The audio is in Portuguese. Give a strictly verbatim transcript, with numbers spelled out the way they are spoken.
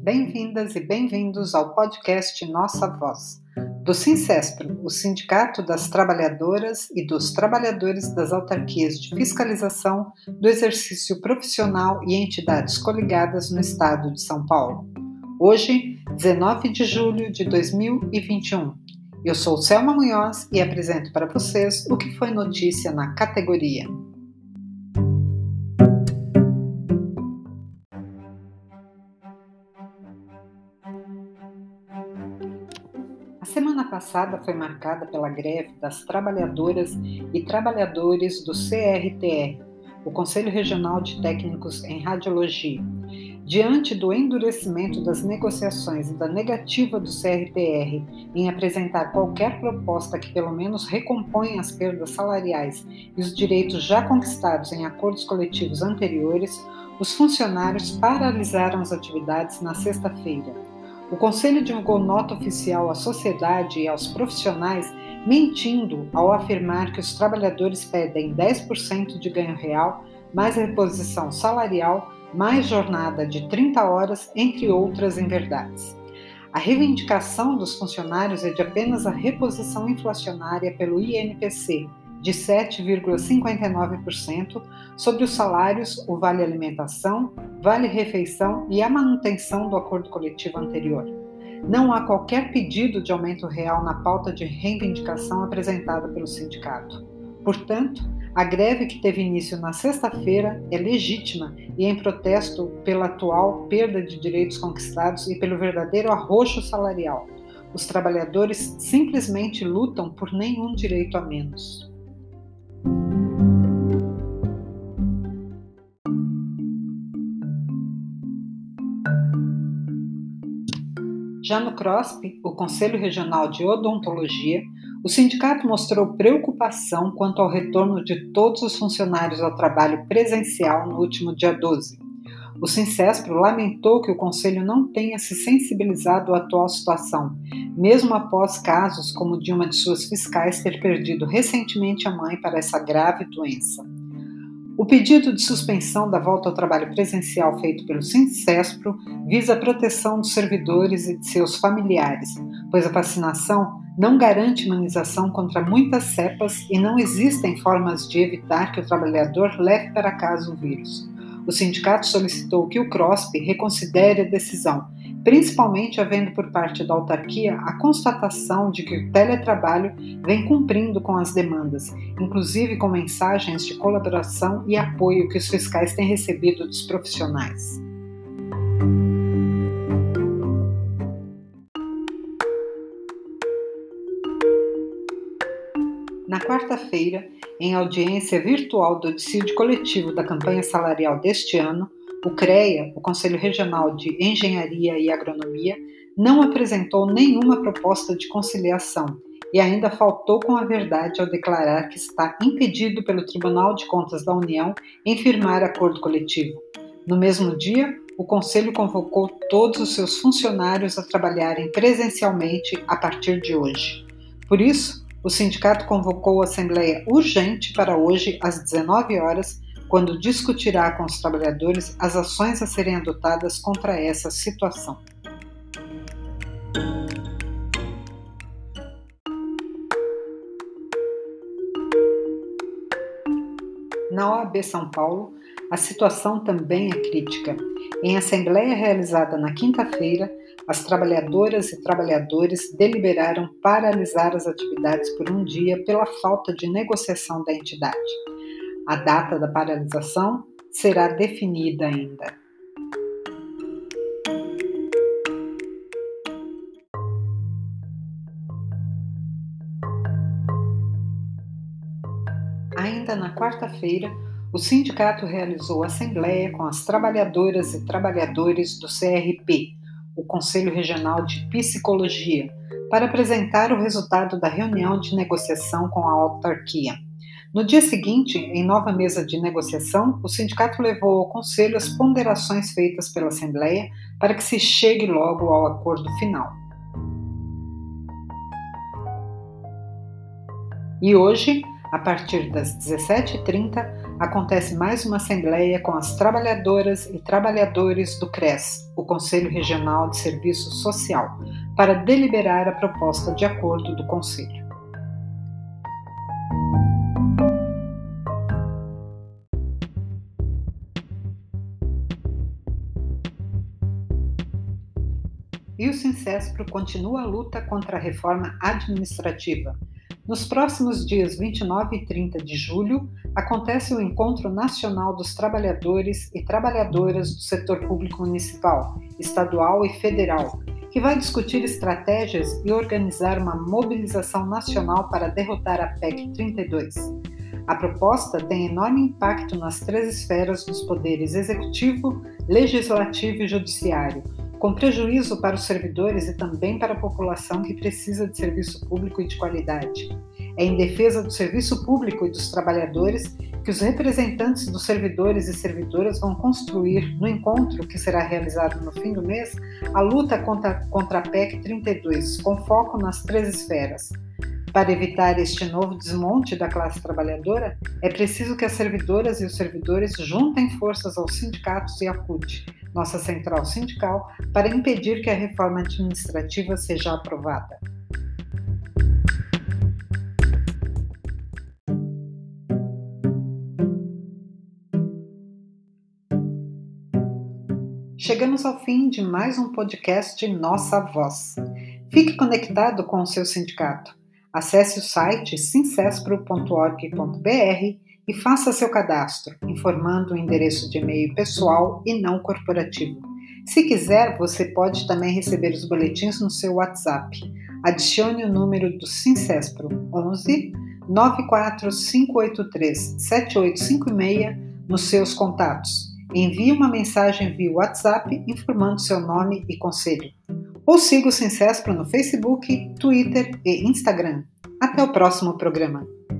Bem-vindas e bem-vindos ao podcast Nossa Voz, do Sincespro, o Sindicato das Trabalhadoras e dos Trabalhadores das Autarquias de Fiscalização do Exercício Profissional e entidades coligadas no Estado de São Paulo. Hoje, dezenove de julho de dois mil e vinte e um. Eu sou Selma Munhoz e apresento para vocês o que foi notícia na categoria. A semana passada foi marcada pela greve das trabalhadoras e trabalhadores do C R T R, o Conselho Regional de Técnicos em Radiologia. Diante do endurecimento das negociações e da negativa do C R T R em apresentar qualquer proposta que pelo menos recomponha as perdas salariais e os direitos já conquistados em acordos coletivos anteriores, os funcionários paralisaram as atividades na sexta-feira. O Conselho divulgou nota oficial à sociedade e aos profissionais, mentindo ao afirmar que os trabalhadores pedem dez por cento de ganho real, mais reposição salarial, mais jornada de trinta horas, entre outras inverdades. A reivindicação dos funcionários é de apenas a reposição inflacionária pelo I N P C, de sete vírgula cinquenta e nove por cento, sobre os salários, o vale-alimentação, vale-refeição e a manutenção do acordo coletivo anterior. Não há qualquer pedido de aumento real na pauta de reivindicação apresentada pelo sindicato. Portanto, a greve que teve início na sexta-feira é legítima e em protesto pela atual perda de direitos conquistados e pelo verdadeiro arroxo salarial. Os trabalhadores simplesmente lutam por nenhum direito a menos. Já no CROSP, o Conselho Regional de Odontologia, o sindicato mostrou preocupação quanto ao retorno de todos os funcionários ao trabalho presencial no último dia doze. O Sincespro lamentou que o Conselho não tenha se sensibilizado à atual situação, mesmo após casos como o de uma de suas fiscais ter perdido recentemente a mãe para essa grave doença. O pedido de suspensão da volta ao trabalho presencial feito pelo Sincespro visa a proteção dos servidores e de seus familiares, pois a vacinação não garante imunização contra muitas cepas e não existem formas de evitar que o trabalhador leve para casa o vírus. O sindicato solicitou que o CROSP reconsidere a decisão, principalmente havendo por parte da autarquia a constatação de que o teletrabalho vem cumprindo com as demandas, inclusive com mensagens de colaboração e apoio que os fiscais têm recebido dos profissionais. Na quarta-feira, em audiência virtual do dissídio coletivo da campanha salarial deste ano, o CREA, o Conselho Regional de Engenharia e Agronomia, não apresentou nenhuma proposta de conciliação e ainda faltou com a verdade ao declarar que está impedido pelo Tribunal de Contas da União em firmar acordo coletivo. No mesmo dia, o Conselho convocou todos os seus funcionários a trabalharem presencialmente a partir de hoje. Por isso, o sindicato convocou a assembleia urgente para hoje às dezenove horas, quando discutirá com os trabalhadores as ações a serem adotadas contra essa situação. Na O A B São Paulo, a situação também é crítica. Em assembleia realizada na quinta-feira, as trabalhadoras e trabalhadores deliberaram paralisar as atividades por um dia pela falta de negociação da entidade. A data da paralisação será definida ainda. Ainda na quarta-feira, o sindicato realizou assembleia com as trabalhadoras e trabalhadores do C R P, o Conselho Regional de Psicologia, para apresentar o resultado da reunião de negociação com a autarquia. No dia seguinte, em nova mesa de negociação, o sindicato levou ao Conselho as ponderações feitas pela Assembleia para que se chegue logo ao acordo final. E hoje, a partir das dezessete e trinta, acontece mais uma assembleia com as trabalhadoras e trabalhadores do CRES, o Conselho Regional de Serviço Social, para deliberar a proposta de acordo do Conselho. E o Sincespro continua a luta contra a reforma administrativa. Nos próximos dias vinte e nove e trinta de julho, acontece o Encontro Nacional dos Trabalhadores e Trabalhadoras do Setor Público Municipal, Estadual e Federal, que vai discutir estratégias e organizar uma mobilização nacional para derrotar a P E C trinta e dois. A proposta tem enorme impacto nas três esferas dos poderes executivo, legislativo e judiciário, com prejuízo para os servidores e também para a população que precisa de serviço público e de qualidade. É em defesa do serviço público e dos trabalhadores que os representantes dos servidores e servidoras vão construir, no encontro que será realizado no fim do mês, a luta contra, contra a P E C trinta e dois, com foco nas três esferas. Para evitar este novo desmonte da classe trabalhadora, é preciso que as servidoras e os servidores juntem forças aos sindicatos e à C U T, nossa central sindical, para impedir que a reforma administrativa seja aprovada. Chegamos ao fim de mais um podcast Nossa Voz. Fique conectado com o seu sindicato. Acesse o site sincespro ponto org ponto br e faça seu cadastro, informando o endereço de e-mail pessoal e não corporativo. Se quiser, você pode também receber os boletins no seu WhatsApp. Adicione o número do Sincespro onze nove quatro cinco oito três sete oito cinco seis nos seus contatos. Envie uma mensagem via WhatsApp informando seu nome e conselho. Ou siga o Sincespro no Facebook, Twitter e Instagram. Até o próximo programa.